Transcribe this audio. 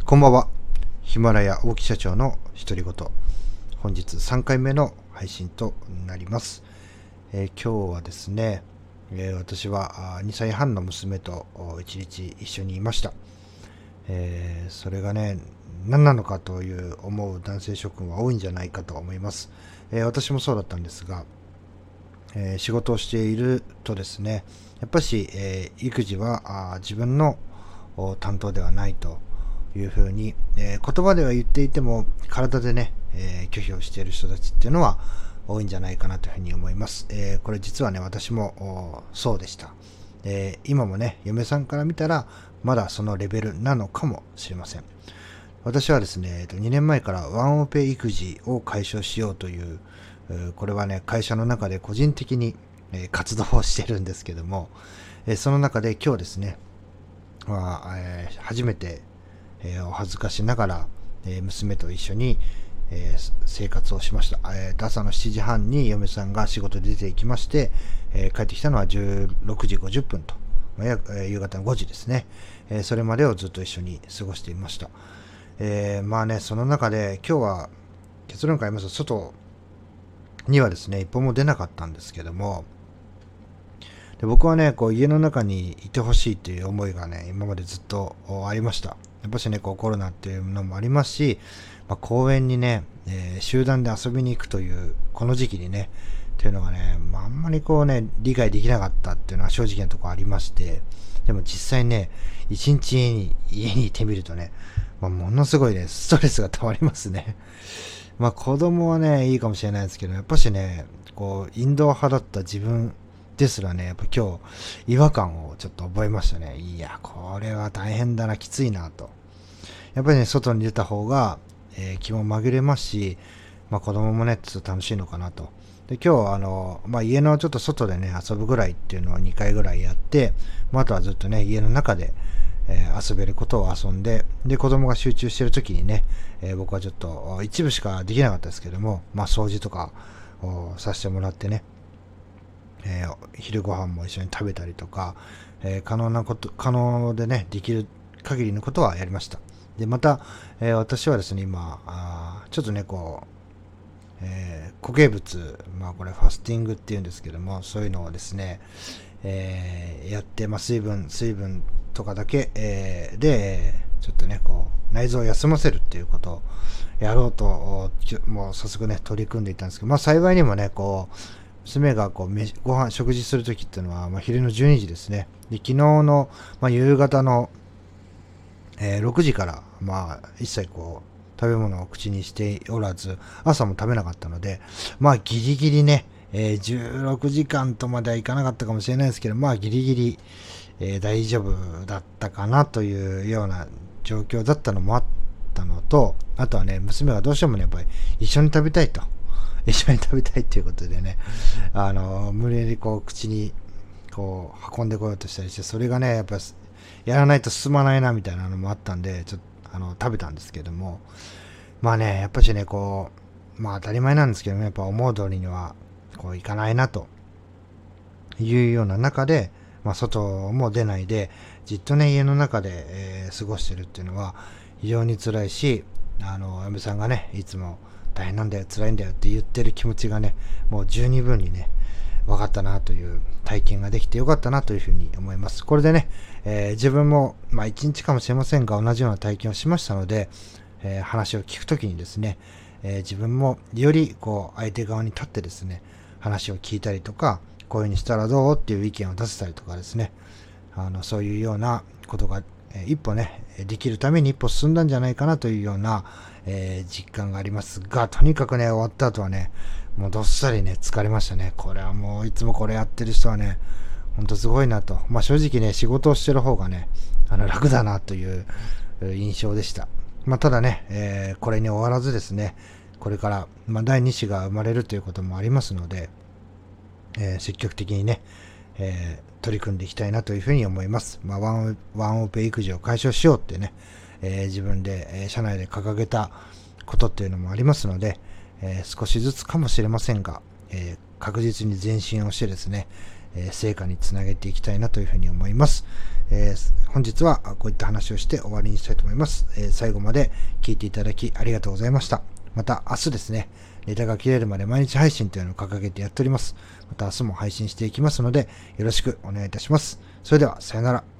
こんばんは。ヒマラヤ大木社長の独り言。本日3回目の配信となります。今日はですね、私は2歳半の娘と1日一緒にいました。それがね、何なのかという思う男性諸君は多いんじゃないかと思います。私もそうだったんですが、仕事をしているとですね、やっぱし、育児は自分の担当ではないというふうに、言葉では言っていても体でね、拒否をしている人たちっていうのは多いんじゃないかなというふうに思います。これ実はね、私もそうでした。今もね、嫁さんから見たらまだそのレベルなのかもしれません。私はですね、2年前からワンオペ育児を解消しようという、これはね、会社の中で個人的に活動をしているんですけども、その中で今日ですね、初めてお恥ずかしながら、娘と一緒に、生活をしました。朝の7時半に嫁さんが仕事で出て行きまして、帰ってきたのは16時50分と、夕方の5時ですね。それまでをずっと一緒に過ごしていました。まあね、その中で今日は結論から言いますと、外にはですね、一歩も出なかったんですけども、で僕はね、こう家の中にいてほしいという思いがね、今までずっとありました。やっぱしね、こうコロナっていうのもありますし、公園にね、集団で遊びに行くというこの時期にね、っていうのがね、あんまりこうね、理解できなかったっていうのは正直なところありまして、でも実際ね、一日家にいてみるとね、ものすごいね、ストレスが溜まりますね。子供はね、いいかもしれないですけど、やっぱしね、こう、インドア派だった自分ですらね、やっぱ今日、違和感をちょっと覚えましたね。いや、これは大変だな、きついなと。やっぱりね、外に出た方が、気も紛れますし、子供もね、ちょっと楽しいのかなと。で、今日、家のちょっと外でね、遊ぶぐらいっていうのを2回ぐらいやって、あとはずっとね、家の中で、遊べることを遊んで、で、子供が集中してる時にね、僕はちょっと一部しかできなかったですけども、掃除とかをさせてもらってね、昼ご飯も一緒に食べたりとか、可能でね、できる限りのことはやりました。で、また、私はですね、今、ちょっとね、固形物、これファスティングっていうんですけども、そういうのをですね、やって、水分とかだけ、で、ちょっとね、内臓を休ませるっていうことをやろうと、もう早速ね、取り組んでいたんですけど、幸いにもね、娘が食事するときっていうのは、昼の12時ですね。で、昨日の、夕方の、6時から、一切食べ物を口にしておらず、朝も食べなかったので、ギリギリね、16時間とまではいかなかったかもしれないですけど、ギリギリ、大丈夫だったかなというような状況だったのもあったのと、あとはね、娘がどうしてもね、やっぱり一緒に食べたいと。一緒に食べたいっていうことでね、無理やり口に運んでこようとしたりして、それがね、やっぱやらないと進まないなみたいなのもあったんで、ちょっと食べたんですけども、やっぱしね、当たり前なんですけども、やっぱ思う通りにはいかないなというような中で、外も出ないで、じっとね、家の中で、過ごしてるっていうのは非常に辛いし、嫁さんがね、いつも大変なんだよ、辛いんだよって言ってる気持ちがね、もう十二分にね、分かったなという体験ができてよかったなというふうに思います。これでね、自分も、一日かもしれませんが、同じような体験をしましたので、話を聞くときにですね、自分もより相手側に立ってですね、話を聞いたりとか、こういう風にしたらどうっていう意見を出せたりとかですね、そういうようなことが、一歩ね、できるために一歩進んだんじゃないかなというような、実感がありますが、とにかくね、終わった後はね、もうどっさりね、疲れましたね。これはもういつもこれやってる人はね、ほんとすごいなと。正直ね、仕事をしてる方がね、楽だなという印象でした。ただね、これに終わらずですね、これから、第2子が生まれるということもありますので、積極的にね、取り組んでいきたいなというふうに思います。ワンオペ育児を解消しようってね、自分で、社内で掲げたことっていうのもありますので、少しずつかもしれませんが、確実に前進をしてですね、 成果につなげていきたいなというふうに思います。本日はこういった話をして終わりにしたいと思います。最後まで聞いていただきありがとうございました。また明日ですね、ネタが切れるまで毎日配信というのを掲げてやっております。また明日も配信していきますので、よろしくお願いいたします。それでは、さよなら。